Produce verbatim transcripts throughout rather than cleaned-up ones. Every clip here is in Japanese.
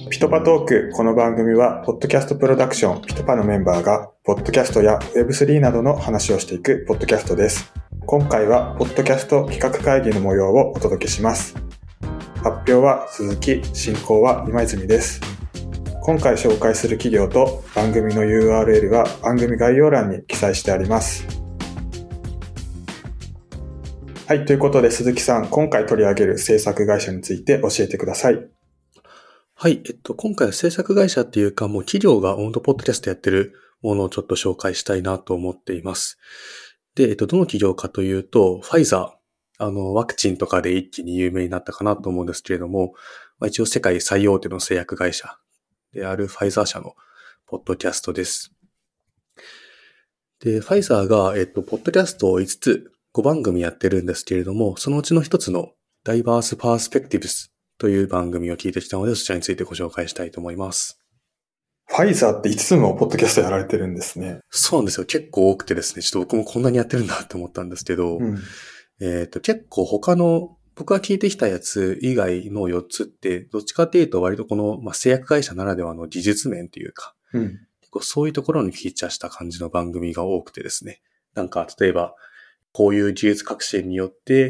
ピトパトーク。この番組は、ポッドキャストプロダクションピトパのメンバーが、ポッドキャストや ウェブスリー などの話をしていくポッドキャストです。今回は、ポッドキャスト企画会議の模様をお届けします。発表は鈴木、進行は今泉です。今回紹介する企業と番組の ユーアールエル は番組概要欄に記載してあります。はい、ということで鈴木さん、今回取り上げる制作会社について教えてください。 はい、えっと、今回は制作会社っていうか、もう企業がオンドポッドキャストやってるものをちょっと紹介したいなと思っています。で、えっと、どの企業かというと、ファイザー、あの、ワクチンとかで一気に有名になったかなと思うんですけれども、まあ、一応世界最大手の製薬会社であるファイザー社のポッドキャストです。で、ファイザーが、えっと、ポッドキャストをいつつ、ごばんぐみやってるんですけれども、そのうちの一つのダイバースパースペクティブスという番組を聞いてきたので、そちらについてご紹介したいと思います。 ファイザーっていつつもポッドキャストやられてるんですね。 そうなんですよ。結構多くてですね、ちょっと僕もこんなにやってるんだって思ったんですけど、 うん、 えっと、結構他の、僕が聞いてきたやつ以外のよっつって、どっちかっていうと割とこの、まあ、製薬会社ならではの技術面というか、 うん、 結構そういうところにフィーチャーした感じの番組が多くてですね。なんか、例えば、こういう技術革新によって、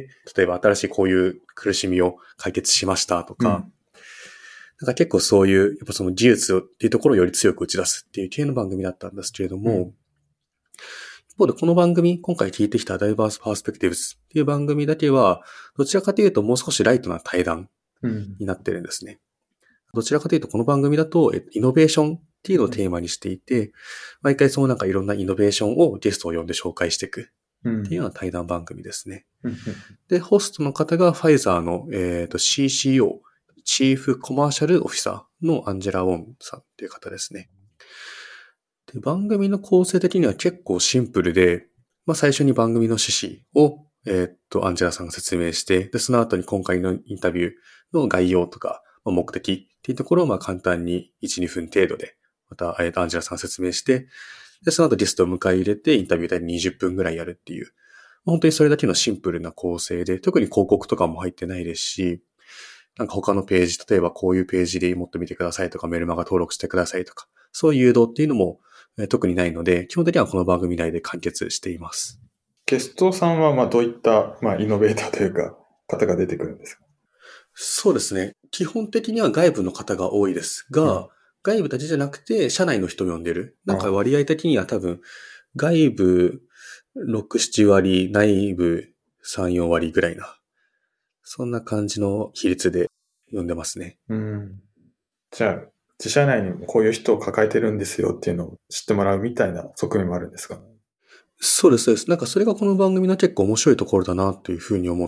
例えば新しいこういう苦しみを解決しましたとか、うん、なんか結構そういう、やっぱその技術っていうところをより強く打ち出すっていう系の番組だったんですけれども、うん、一方でこの番組、今回聞いてきたダイバースパースペクティブスっていう番組だけは、どちらかというともう少しライトな対談になってるんですね。うん、どちらかというとこの番組だと、イノベーションっていうのをテーマにしていて、毎回そのなんかいろんなイノベーションをゲストを呼んで紹介していく。っていうような対談番組ですね。 うん、 で、ホストの方がファイザーの、えーと、シーシーオー、チーフコマーシャルオフィサーのアンジェラ・ウォンさんっていう方ですね。で、番組の構成的には結構シンプルで、まあ最初に番組の趣旨を、えーと、アンジェラさんが説明して、で、その後に今回のインタビューの概要とか、まあ、目的っていうところをまあ簡単にいち、にふん程度で、また、えーと、アンジェラさんが説明して、で、その後ゲストを迎え入れてインタビューでにじゅっぷんぐらいやるっていう、本当にそれだけのシンプルな構成で、特に広告とかも入ってないですし、なんか他のページ、例えばこういうページでもっと見てくださいとか、メルマガ登録してくださいとか、そういう誘導っていうのも、えー、特にないので、基本的にはこの番組内で完結しています。 ゲストさんはまあどういった、まあ、イノベーターというか方が出てくるんですか？ そうですね。基本的には外部の方が多いですが、うん、外部だけじゃなくて社内の人を呼んでる。なんか割合的には多分外部ろく、なな割、内部さん、よん割ぐらいな。そんな感じの比率で呼んでますね。 うん。じゃあ、自社内にもこういう人を抱えてるんですよっていうのを知ってもらうみたいな側面もあるんですか？ そうです、そうです。なんかそれがこの番組の結構面白いところだなというふうに思って、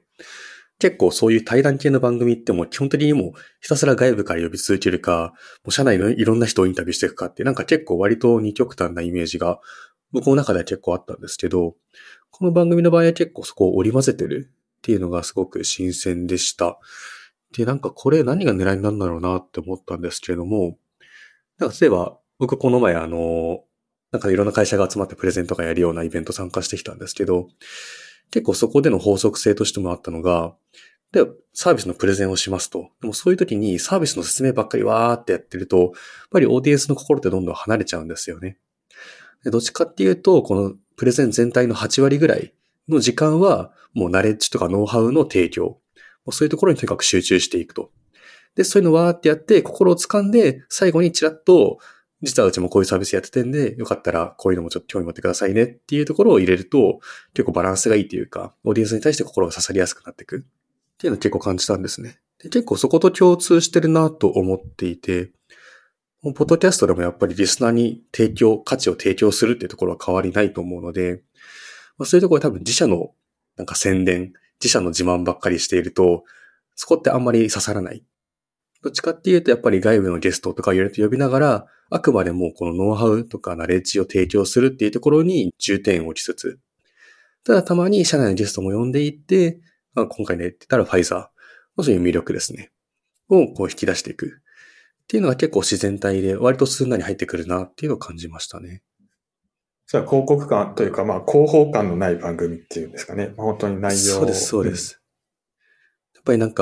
結構そういう対談系の番組ってもう基本的にもうひたすら外部から呼び続けるか、もう社内のいろんな人をインタビューしていくかって、なんか結構割と二極端なイメージが僕の中では結構あったんですけど、この番組の場合は結構そこを織り交ぜてるっていうのがすごく新鮮でした。で、なんかこれ何が狙いなんだろうなって思ったんですけれども、なんか例えば僕この前あの、なんかいろんな会社が集まってプレゼントとかやるようなイベント参加してきたんですけど、結構そこでの法則性としてもあったのが、で、サービスのプレゼンをしますと。でもそういう時にサービスの説明ばっかりわーってやってると、やっぱりオーディエンスの心ってどんどん離れちゃうんですよね。でどっちかっていうと、このプレゼン全体のはち割ぐらいの時間は、もうナレッジとかノウハウの提供。もうそういうところにとにかく集中していくと。で、そういうのわーってやって、心を掴んで、最後にチラッと、実はうちもこういうサービスやっててんで、よかったらこういうのもちょっと興味持ってくださいねっていうところを入れると、結構バランスがいいというか、オーディエンスに対して心が刺さりやすくなっていくっていうのを結構感じたんですね。で結構そこと共通してるなと思っていて、ポッドキャストでもやっぱりリスナーに提供、価値を提供するっていうところは変わりないと思うので、まあ、そういうところで多分自社のなんか宣伝、自社の自慢ばっかりしていると、そこってあんまり刺さらない。どっちかっていうとやっぱり外部のゲストとかいろいろと呼びながら、あくまでもこのノウハウとかナレッジを提供するっていうところに重点を置きつつ、ただたまに社内のゲストも呼んでいって、まあ、今回ね言ってたらファイザーのそういう魅力ですね。をこう引き出していく。っていうのが結構自然体で割とすんなり入ってくるなっていうのを感じましたね。 じゃあ広告感というか、まあ広報感のない番組っていうんですかね。本当に内容。 そうです、そうです。うん、やっぱりなんか、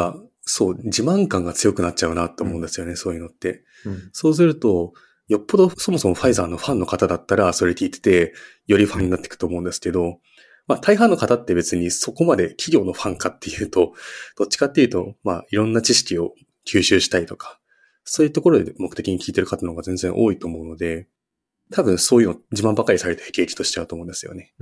そう、自慢感が強くなっちゃうなと思うんですよね、うん、そういうのって、 うん。 そうすると、よっぽどそもそもファイザーのファンの方だったら、それ聞いてて、よりファンになっていくと思うんですけど、まあ大半の方って別にそこまで企業のファンかっていうと、どっちかっていうと、まあいろんな知識を吸収したいとか、そういうところで目的に聞いてる方の方が全然多いと思うので、多分そういうの自慢ばかりされて辟易としちゃうと思うんですよね。 うん。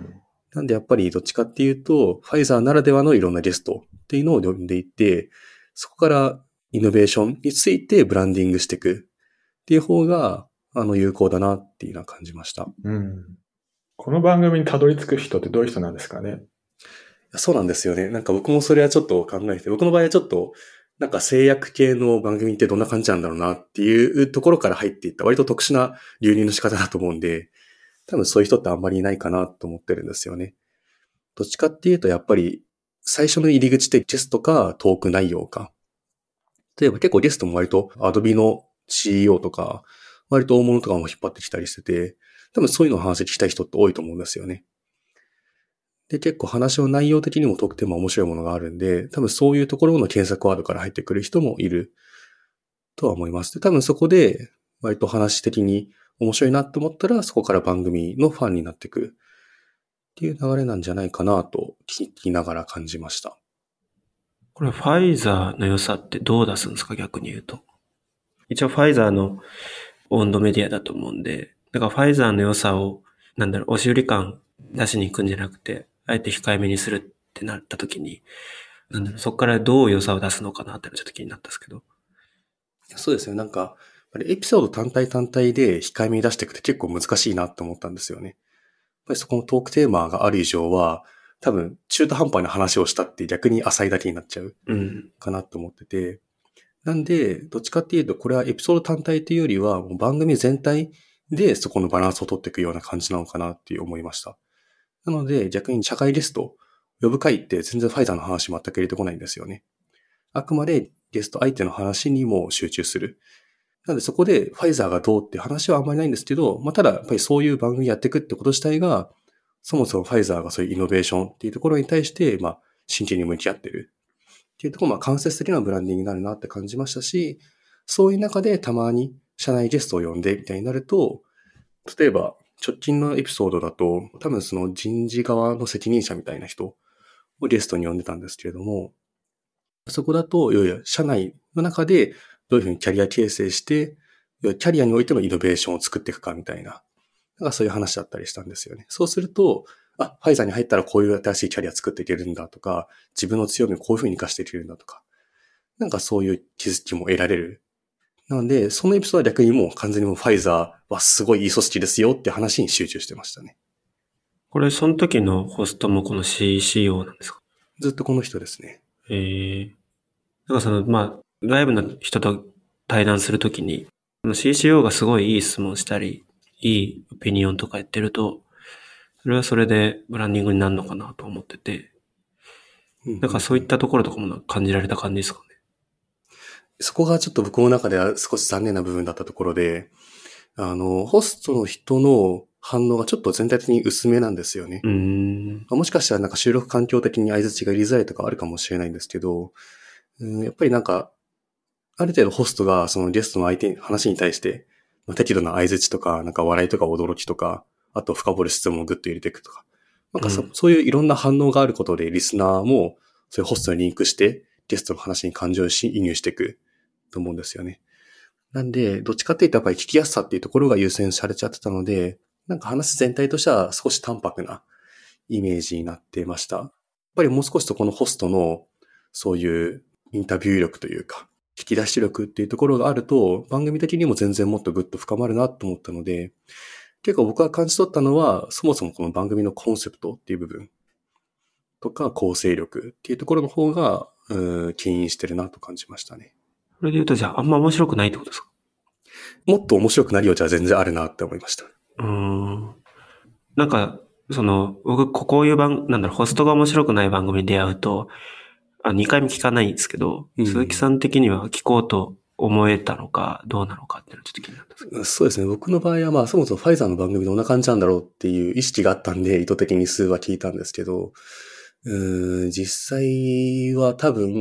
なんでやっぱりどっちかっていうと、ファイザーならではのいろんなゲストっていうのを呼んでいて、そこからイノベーションについてブランディングしていくっていう方が、あの、有効だなっていうのは感じました。 うん。この番組にたどり着く人ってどういう人なんですかね？ そうなんですよね。なんか僕もそれはちょっと考えて、僕の場合はちょっと、なんか製薬系の番組ってどんな感じなんだろうなっていうところから入っていった割と特殊な流入の仕方だと思うんで、多分そういう人ってあんまりいないかなと思ってるんですよね。どっちかっていうとやっぱり最初の入り口ってゲストかトーク内容か。例えば結構ゲストも割と Adobe の シーイーオー とか、割と大物とかも引っ張ってきたりしてて、多分そういうのを話聞きたい人って多いと思うんですよね。で、結構話の内容的にもトークテーマ面白いものがあるんで、多分そういうところの検索ワードから入ってくる人もいるとは思います。で、多分そこで割と話的に面白いなと思ったら、そこから番組のファンになってくるっていう流れなんじゃないかなと聞きながら感じました。 これファイザーの良さってどう出すんですか、逆に言うと。一応ファイザーの温度メディアだと思うんで、だからファイザーの良さを、なんだろう、押し売り感出しに行くんじゃなくて、あえて控えめにするってなった時に、なんだろう、そこからどう良さを出すのかなってちょっと気になったんですけど。 そうですね。なんか、エピソード単体単体で控えめに出していくって結構難しいなと思ったんですよね。やっぱりそこのトークテーマがある以上は、多分中途半端な話をしたって逆に浅いだけになっちゃうかなと思ってて。うん、なんで、どっちかっていうと、これはエピソード単体というよりは、もう番組全体でそこのバランスを取っていくような感じなのかなって思いました。なので、逆に社会ゲスト、呼ぶ会って全然ファイザーの話全く入れてこないんですよね。あくまでゲスト相手の話にも集中する。なのでそこでファイザーがどうって話はあんまりないんですけど、まあ、ただやっぱりそういう番組やっていくってこと自体が、そもそもファイザーがそういうイノベーションっていうところに対して、まあ、真剣に向き合ってるっていうところ、まあ、間接的なブランディングになるなって感じましたし、そういう中でたまに社内ゲストを呼んでみたいになると、例えば直近のエピソードだと、多分その人事側の責任者みたいな人をゲストに呼んでたんですけれども、そこだと、いやいや、社内の中でどういうふうにキャリア形成して、キャリアにおいてのイノベーションを作っていくかみたいな、なんかそういう話だったりしたんですよね。そうすると、あ、ファイザーに入ったらこういう新しいキャリア作っていけるんだとか、自分の強みをこういうふうに活かしていけるんだとか、なんかそういう気づきも得られる。なので、そのエピソードは逆にもう完全にもうファイザーはすごいいい組織ですよって話に集中してましたね。 これ、その時のホストもこの シーシーオー なんですか？ ずっとこの人ですね。 えー。なんかその、まあ、外部の人と対談するときに、シーシーオー がすごいいい質問したり、いいオピニオンとかやってると、それはそれでブランディングになるのかなと思ってて、なんかそういったところとかも感じられた感じですかね。 そこがちょっと僕の中では少し残念な部分だったところで、あの、ホストの人の反応がちょっと全体的に薄めなんですよね。 うーん。 もしかしたらなんか収録環境的に相槌が入れづらいとかあるかもしれないんですけど、うん、やっぱりなんか、ある程度ホストがそのゲストの相手に、話に対して、適度な相槌とか、なんか笑いとか驚きとか、あと深掘る質問をグッと入れていくとか。なんかそ、うん、そういういろんな反応があることでリスナーも、そういうホストにリンクして、ゲストの話に感情移入していくと思うんですよね。なんで、どっちかっていうとやっぱり聞きやすさっていうところが優先されちゃってたので、なんか話全体としては少し淡白なイメージになっていました。やっぱりもう少しとこのホストの、そういうインタビュー力というか、引き出し力っていうところがあると、番組的にも全然もっとぐっと深まるなと思ったので、結構僕が感じ取ったのは、そもそもこの番組のコンセプトっていう部分とか構成力っていうところの方が、うん、牽引してるなと感じましたね。 それで言うとじゃああんま面白くないってことですか？ もっと面白くなるようじゃ全然あるなって思いました。 うーん。なんか、その、僕、こういう番、なんだろう、ホストが面白くない番組に出会うと、あ、にかいめ聞かないんですけど、うん、鈴木さん的には聞こうと思えたのか、どうなのかっていうのはちょっと気になったんですけど。 そうですね。僕の場合は、まあ、そもそもファイザーの番組どんな感じなんだろうっていう意識があったんで、意図的に数は聞いたんですけど、うーん、実際は多分、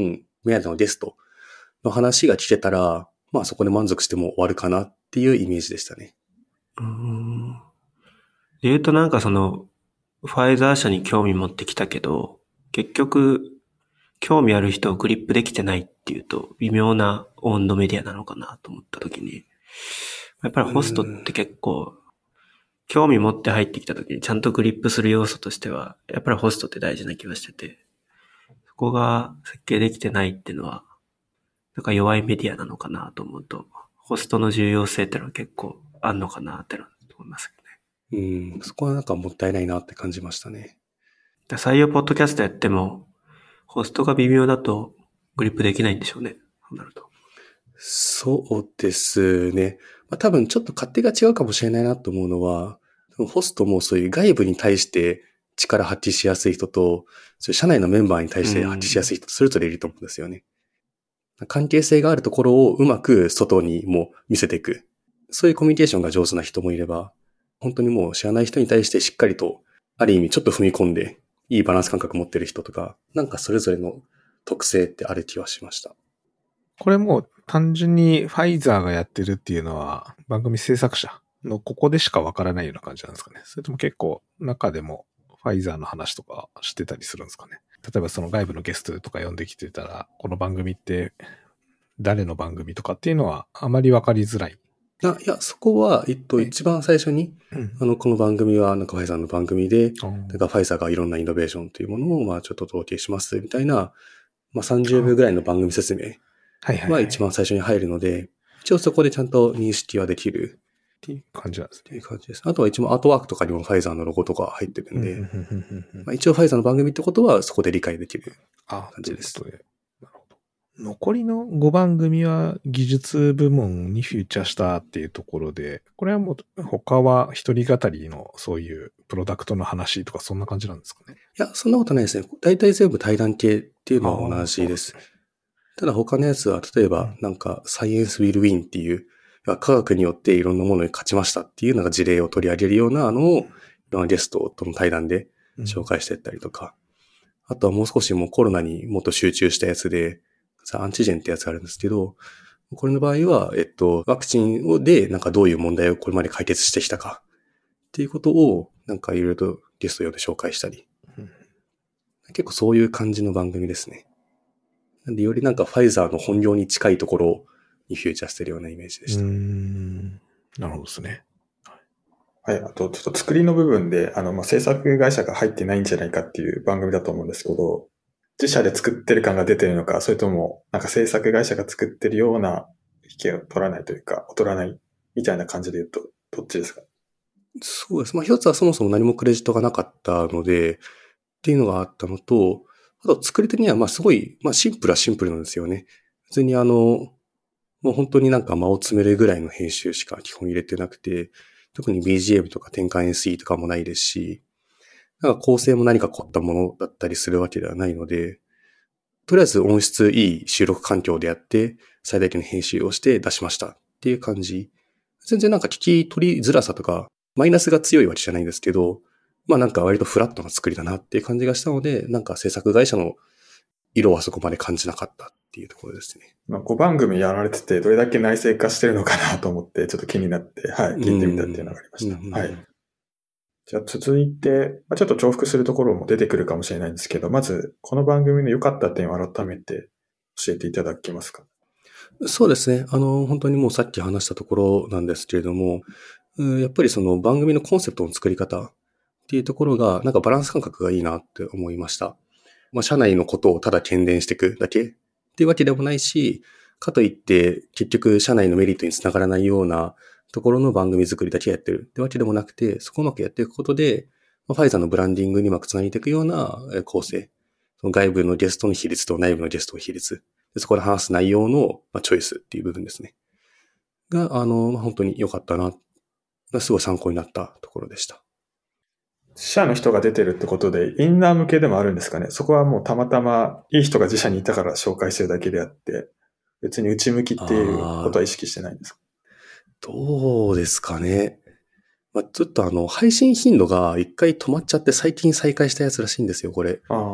メアのゲストの話が聞けたら、まあそこで満足しても終わるかなっていうイメージでしたね。 うーん。で言うとなんかその、ファイザー社に興味持ってきたけど、結局、興味ある人をグリップできてないっていうと、微妙なオンドメディアなのかなと思ったときに、やっぱりホストって結構、興味持って入ってきたときにちゃんとグリップする要素としては、やっぱりホストって大事な気がしてて、そこが設計できてないっていうのは、なんか弱いメディアなのかなと思うと、ホストの重要性ってのは結構あんのかなってのは思いますけどね。 うん、そこはなんかもったいないなって感じましたね。 採用ポッドキャストやっても、ホストが微妙だとグリップできないんでしょうね。そうなると。 そうですね。まあ、多分ちょっと勝手が違うかもしれないなと思うのは、ホストもそういう外部に対して力発揮しやすい人と、そういう社内のメンバーに対して発揮しやすい人とそれぞれいると思うんですよね。関係性があるところをうまく外にも見せていく。そういうコミュニケーションが上手な人もいれば、本当にもう知らない人に対してしっかりと、ある意味ちょっと踏み込んで、いいバランス感覚持ってる人とか、なんかそれぞれの特性ってある気はしました。 これもう単純にファイザーがやってるっていうのは番組制作者のここでしかわからないような感じなんですかね。それとも結構中でもファイザーの話とかしてたりするんですかね。例えばその外部のゲストとか呼んできてたら、この番組って誰の番組とかっていうのはあまりわかりづらい。 あいや、そこは、えっと、一番最初に、 うん、 あの、この番組は、なんかファイザーの番組で、 うん、 なんかファイザーがいろんなイノベーションというものを、まあ、ちょっとお届けします、みたいな、まあ、さんじゅうびょうぐらいの番組説明は一番最初に入るので、一応そこでちゃんと認識はできる。 っていう感じなんですね。 っていう感じです。あとは一応アートワークとかにもファイザーのロゴとか入ってるんで、まあ、一応ファイザーの番組ってことはそこで理解できる感じです。 なるほど。残りのごばん組は技術部門にフューチャーしたっていうところで、これはもう他は一人語りのそういうプロダクトの話とかそんな感じなんですかね。 いや、そんなことないですね。大体全部対談系っていうのは同じです。ただ他のやつは、例えばなんかサイエンスウィルウィンっていう、科学によっていろんなものに勝ちましたっていうなんか事例を取り上げるようなのを、いろんなゲストとの対談で紹介していったりとか、うん、あとはもう少しもうコロナにもっと集中したやつで、アンチジェンってやつがあるんですけど、これの場合は、えっと、ワクチンでなんかどういう問題をこれまで解決してきたかっていうことをなんかいろいろとゲスト用で紹介したり、うん、結構そういう感じの番組ですね。なんでよりなんかファイザーの本業に近いところにフューチャーしてるようなイメージでした。 うーん、なるほどですね。 はい。あと、ちょっと作りの部分で、あの、まあ、制作会社が入ってないんじゃないかっていう番組だと思うんですけど、自社で作ってる感が出てるのか、それとも、なんか制作会社が作ってるような意見を取らないというか、取らないみたいな感じで言うと、どっちですか？ そうです。まあ、一つはそもそも何もクレジットがなかったので、っていうのがあったのと、あと作り的には、まあ、すごい、まあ、シンプルはシンプルなんですよね。別にあの、もう本当になんか間を詰めるぐらいの編集しか基本入れてなくて、特に ビージーエム とか転換 エスイー とかもないですし、なんか構成も何か凝ったものだったりするわけではないので、とりあえず音質いい収録環境でやって、最大限の編集をして出しましたっていう感じ。全然なんか聞き取りづらさとか、マイナスが強いわけじゃないんですけど、まあなんか割とフラットな作りだなっていう感じがしたので、なんか制作会社の色はそこまで感じなかったっていうところですね。 まあ、ごばん組やられてて、どれだけ内製化してるのかなと思って、ちょっと気になって、はい、聞いてみたっていうのがありました。はい。じゃあ続いて、まあ、ちょっと重複するところも出てくるかもしれないんですけど、まず、この番組の良かった点を改めて教えていただけますか？ そうですね。あの、本当にもうさっき話したところなんですけれども、やっぱりその番組のコンセプトの作り方っていうところが、なんかバランス感覚がいいなって思いました。まあ、社内のことをただ喧伝していくだけっていうわけでもないし、かといって結局社内のメリットにつながらないようなところの番組作りだけやってるってわけでもなくて、そこをうまくやっていくことで、まあ、ファイザーのブランディングにうまくつなげていくような構成、その外部のゲストの比率と内部のゲストの比率、でそこで話す内容のチョイスっていう部分ですね。が、あの、本当に良かったな、すごい参考になったところでした。 自社の人が出てるってことで、インナー向けでもあるんですかね。そこはもうたまたまいい人が自社にいたから紹介してるだけであって、別に内向きっていうことは意識してないんですか？ どうですかね。まあ、ちょっとあの、配信頻度が一回止まっちゃって最近再開したやつらしいんですよ、これ。 あ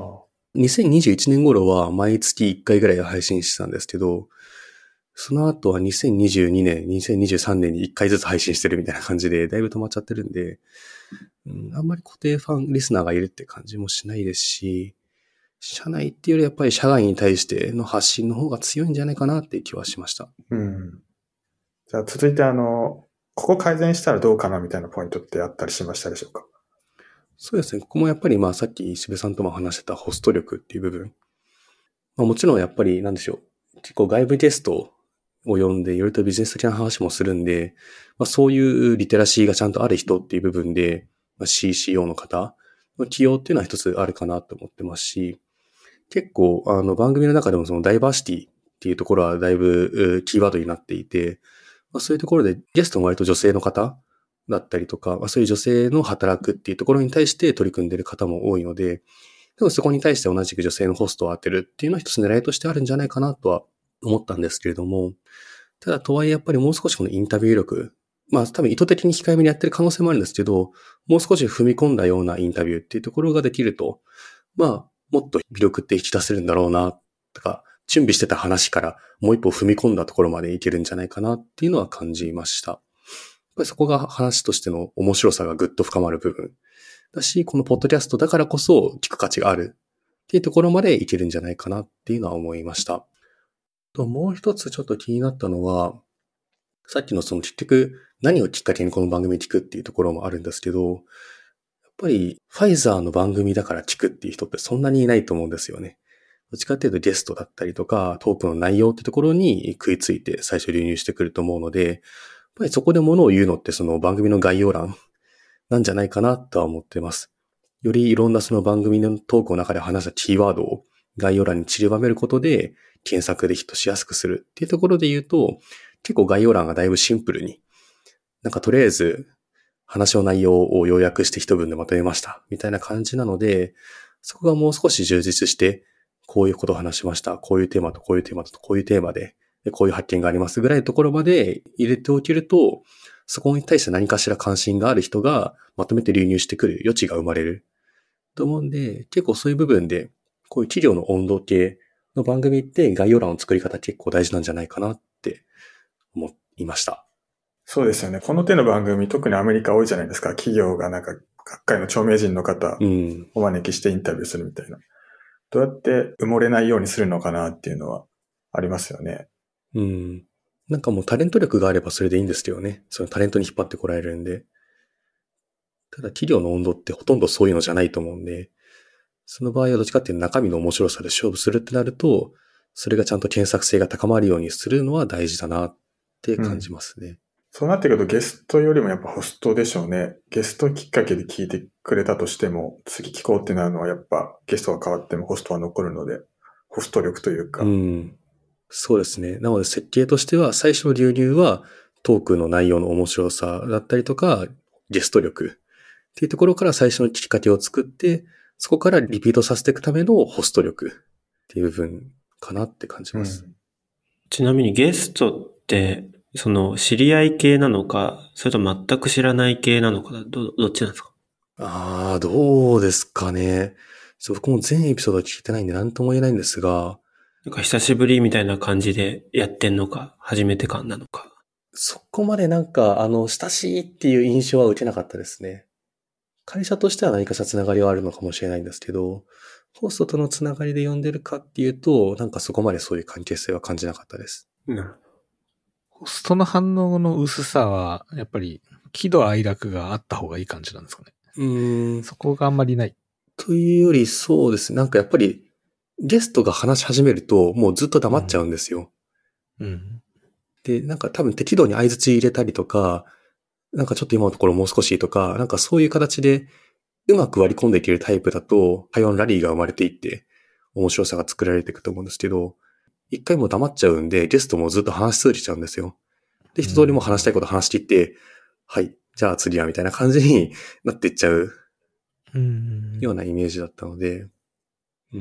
にせんにじゅういちねん頃は毎月いっかいぐらい配信してたんですけど、その後はにせんにじゅうにねん、にせんにじゅうさんねんにいっかいずつ配信してるみたいな感じで、だいぶ止まっちゃってるんで、うん、あんまり固定ファン、リスナーがいるって感じもしないですし、社内っていうよりやっぱり社外に対しての発信の方が強いんじゃないかなっていう気はしました。 うん。じゃあ続いてあの、ここ改善したらどうかなみたいなポイントってあったりしましたでしょうか？ そうですね。ここもやっぱりまあさっき渋さんとも話してたホスト力っていう部分。まあもちろんやっぱりなんでしょう。結構外部ゲストを呼んでいろいろとビジネス的な話もするんで、まあそういうリテラシーがちゃんとある人っていう部分で、まあ、シーシーオー の方の起用っていうのは一つあるかなと思ってますし、結構あの番組の中でもそのダイバーシティっていうところはだいぶキーワードになっていて、まあ、そういうところでゲストも割と女性の方だったりとか、まあ、そういう女性の働くっていうところに対して取り組んでいる方も多いので、でもそこに対して同じく女性のホストを当てるっていうのは一つ狙いとしてあるんじゃないかなとは思ったんですけれども、ただとはいえやっぱりもう少しこのインタビュー力、まあ多分意図的に控えめにやってる可能性もあるんですけど、もう少し踏み込んだようなインタビューっていうところができると、まあもっと魅力って引き出せるんだろうな、とか、準備してた話からもう一歩踏み込んだところまでいけるんじゃないかなっていうのは感じました。やっぱりそこが話としての面白さがぐっと深まる部分だし、このポッドキャストだからこそ聞く価値があるっていうところまでいけるんじゃないかなっていうのは思いました。と、もう一つちょっと気になったのは、さっきのその結局何をきっかけにこの番組聞くっていうところもあるんですけど、やっぱりファイザーの番組だから聞くっていう人ってそんなにいないと思うんですよね。どっちかっていうとゲストだったりとかトークの内容ってところに食いついて最初流入してくると思うので、やっぱりそこで物を言うのってその番組の概要欄なんじゃないかなとは思ってます。よりいろんなその番組のトークの中で話したキーワードを概要欄に散りばめることで検索でヒットしやすくするっていうところで言うと、結構概要欄がだいぶシンプルに、なんかとりあえず話の内容を要約して一文でまとめましたみたいな感じなので、そこがもう少し充実してこういうことを話しました。こういうテーマとこういうテーマとこういうテーマで、こういう発見がありますぐらいのところまで入れておけると、そこに対して何かしら関心がある人がまとめて流入してくる余地が生まれると思うんで、結構そういう部分で、こういう企業の温度計の番組って概要欄の作り方結構大事なんじゃないかなって思いました。 そうですよね。この手の番組、特にアメリカ多いじゃないですか。企業がなんか各界の著名人の方お招きしてインタビューするみたいな。うん、どうやって埋もれないようにするのかなっていうのはありますよね。 うん。なんかもうタレント力があればそれでいいんですよね。そのタレントに引っ張ってこられるんで。ただ企業の温度ってほとんどそういうのじゃないと思うんで、その場合はどっちかっていうと中身の面白さで勝負するってなると、それがちゃんと検索性が高まるようにするのは大事だなって感じますね。うん、 そうなってくるとゲストよりもやっぱホストでしょうね。ゲストきっかけで聞いてくれたとしても、次聞こうってなるのはやっぱゲストが変わってもホストは残るので、ホスト力というか。 うん。そうですね。なので設計としては最初の流入はトークの内容の面白さだったりとか、ゲスト力っていうところから最初のきっかけを作って、そこからリピートさせていくためのホスト力っていう部分かなって感じます。うん、 ちなみにゲストって、その知り合い系なのか、それと全く知らない系なのか、ど、どっちなんですか？ ああ、どうですかね。僕も全エピソード聞いてないんで何とも言えないんですが。 なんか久しぶりみたいな感じでやってんのか、初めて感なのか。 そこまでなんか、あの、親しいっていう印象は受けなかったですね。会社としては何かしらつながりはあるのかもしれないんですけど、ホストとのつながりで呼んでるかっていうと、なんかそこまでそういう関係性は感じなかったです。 うん。 ホストの反応の薄さは、やっぱり、喜怒哀楽があった方がいい感じなんですかね。 うーん。 そこがあんまりない。 というより、そうですね。なんかやっぱり、ゲストが話し始めると、もうずっと黙っちゃうんですよ。 うん。うん、 で、なんか多分適度に相槌入れたりとか、なんかちょっと今のところもう少しとか、なんかそういう形でうまく割り込んでいけるタイプだと、会話のラリーが生まれていって、面白さが作られていくと思うんですけど、一回もう黙っちゃうんで、ゲストもずっと話し続けちゃうんですよ。で、一通りも話したいこと話し切って、うん、はい、じゃあ次はみたいな感じになっていっちゃう、ようなイメージだったので、うん、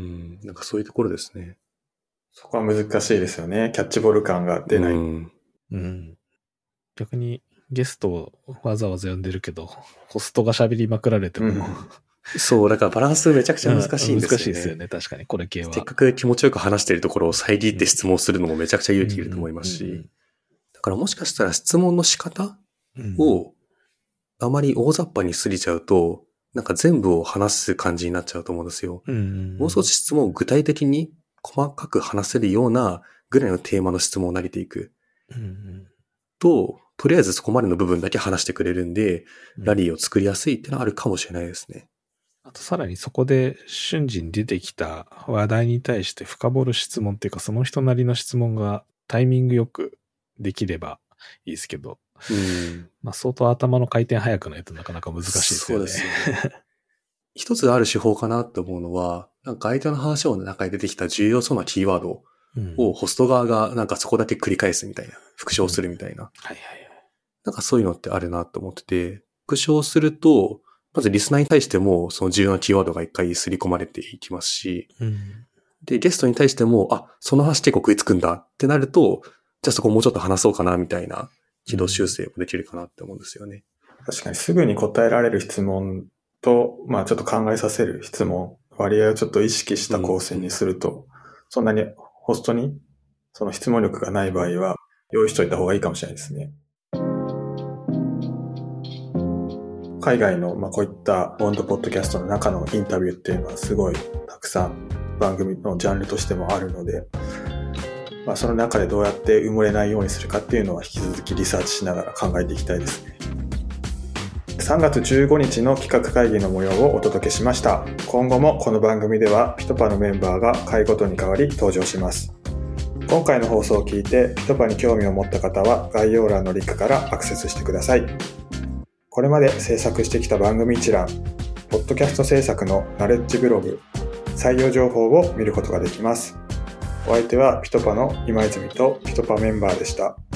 なんかそういうところですね。 そこは難しいですよね。キャッチボール感が出ない。うん。 うん、逆にゲストをわざわざ呼んでるけど、ホストが喋りまくられても、うん、 そう、だからバランスめちゃくちゃ難しいんですよね。 難しいですよね、確かに、これ系は。 せっかく気持ちよく話しているところを遮って質問するのもめちゃくちゃ勇気いると思いますし、だからもしかしたら質問の仕方をあまり大雑把にしすぎちゃうと、なんか全部を話す感じになっちゃうと思うんですよ。 うんうん、 もう少し質問を具体的に細かく話せるようなぐらいのテーマの質問を投げていく。 うんうん、 と、とりあえずそこまでの部分だけ話してくれるんで、ラリーを作りやすいっていうのはあるかもしれないですね。 あとさらにそこで瞬時に出てきた話題に対して深掘る質問っていうか、その人なりの質問がタイミングよくできればいいですけど、 うん、 まあ相当頭の回転早くないとなかなか難しいですよね。 そうですよね。一つある手法かなと思うのは、なんか相手の話の中に出てきた重要そうなキーワードをホスト側がなんかそこだけ繰り返すみたいな、復唱するみたいな。 うん、はいはいはい。 なんかそういうのってあるなと思ってて、復唱すると、まずリスナーに対してもその重要なキーワードが一回刷り込まれていきますし、 うん、 で、ゲストに対しても、あ、その話結構食いつくんだってなると、じゃあそこもうちょっと話そうかなみたいな軌道修正もできるかなって思うんですよね。 うん、確かにすぐに答えられる質問と、まあちょっと考えさせる質問、割合をちょっと意識した構成にすると、うん、そんなにホストにその質問力がない場合は用意しといた方がいいかもしれないですね。海外のまあこういったボンドポッドキャストの中のインタビューっていうのはすごいたくさん番組のジャンルとしてもあるので、まあ、その中でどうやって埋もれないようにするかっていうのは引き続きリサーチしながら考えていきたいですね。さんがつじゅうごにちの企画会議の模様をお届けしました。今後もこの番組ではピトパのメンバーが回ごとに変わり登場します。今回の放送を聞いてピトパに興味を持った方は概要欄のリンクからアクセスしてください。これまで制作してきた番組一覧、ポッドキャスト制作のナレッジブログ、採用情報を見ることができます。お相手はピトパの今泉とピトパメンバーでした。